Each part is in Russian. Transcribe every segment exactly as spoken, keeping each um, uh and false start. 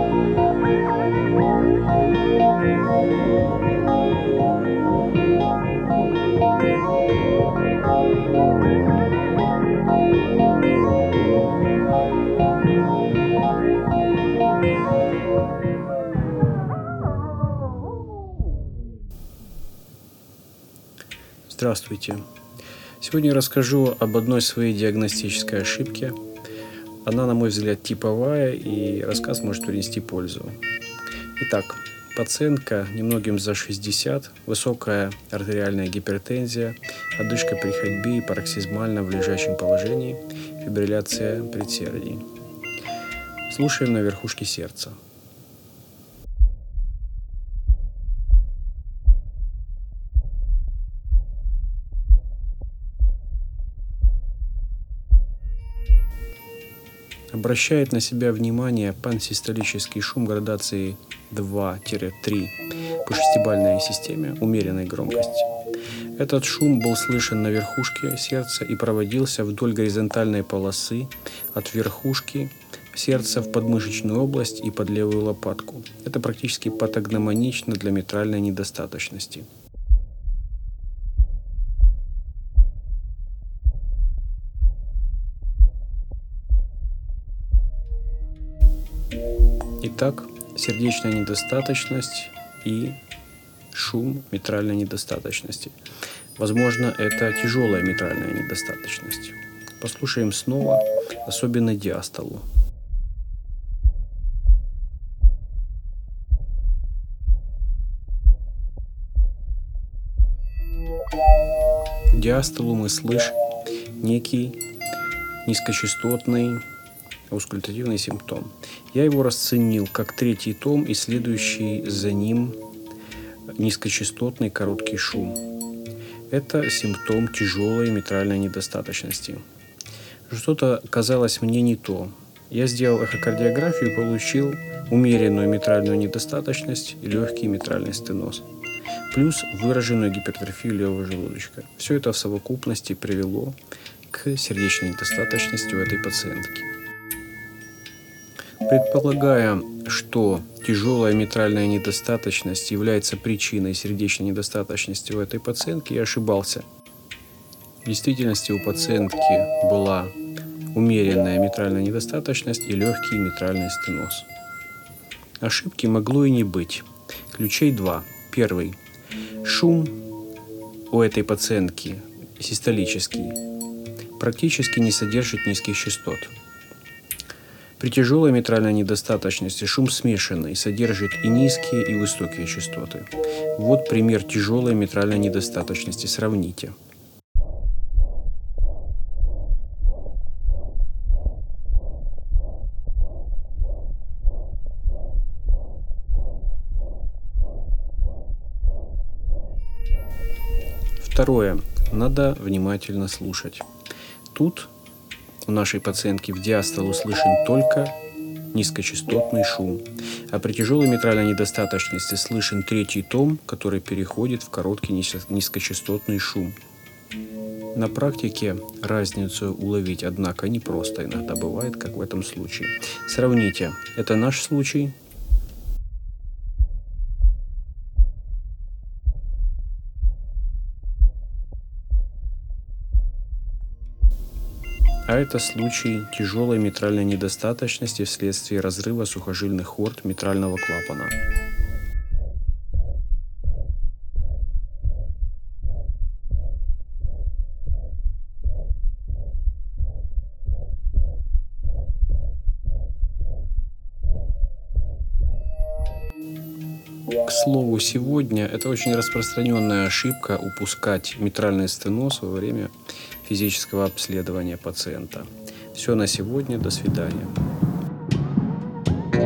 Здравствуйте! Сегодня я расскажу об одной своей диагностической ошибке. Она, на мой взгляд, типовая, и рассказ может принести пользу. Итак, пациентка немногим за шестьдесят, высокая артериальная гипертензия, одышка при ходьбе и пароксизмально в лежачем положении, фибрилляция предсердий. Слушаем на верхушке сердца. Обращает на себя внимание пансистолический шум градации два-три по шестибалльной системе умеренной громкости. Этот шум был слышен на верхушке сердца и проводился вдоль горизонтальной полосы от верхушки сердца в подмышечную область и под левую лопатку. Это практически патогномонично для митральной недостаточности. Итак, сердечная недостаточность и шум митральной недостаточности. Возможно, это тяжелая митральная недостаточность. Послушаем снова, особенно диастолу. Диастолу мы слышим некий низкочастотный аускультативный симптом. Я его расценил как третий том и следующий за ним низкочастотный короткий шум. Это симптом тяжелой митральной недостаточности. Что-то казалось мне не то. Я сделал эхокардиографию и получил умеренную митральную недостаточность и легкий митральный стеноз, плюс выраженную гипертрофию левого желудочка. Все это в совокупности привело к сердечной недостаточности у этой пациентки. Предполагая, что тяжелая митральная недостаточность является причиной сердечной недостаточности у этой пациентки, я ошибался. В действительности у пациентки была умеренная митральная недостаточность и легкий митральный стеноз. Ошибки могло и не быть. Ключей два. Первый. Шум у этой пациентки систолический практически не содержит низких частот. При тяжелой митральной недостаточности шум смешанный, содержит и низкие, и высокие частоты. Вот пример тяжелой митральной недостаточности. Сравните. Второе. Надо внимательно слушать. Тут у нашей пациентки в диастолу слышен только низкочастотный шум, а при тяжелой митральной недостаточности слышен третий том, который переходит в короткий низкочастотный шум. На практике разницу уловить, однако, непросто иногда бывает, как в этом случае. Сравните. Это наш случай. А это случай тяжелой митральной недостаточности вследствие разрыва сухожильных хорд митрального клапана. К слову, сегодня это очень распространенная ошибка упускать митральный стеноз во время физического обследования пациента. Все на сегодня. До свидания.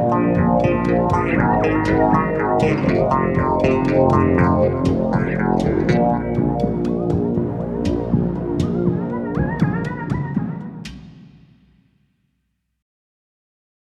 Thank you.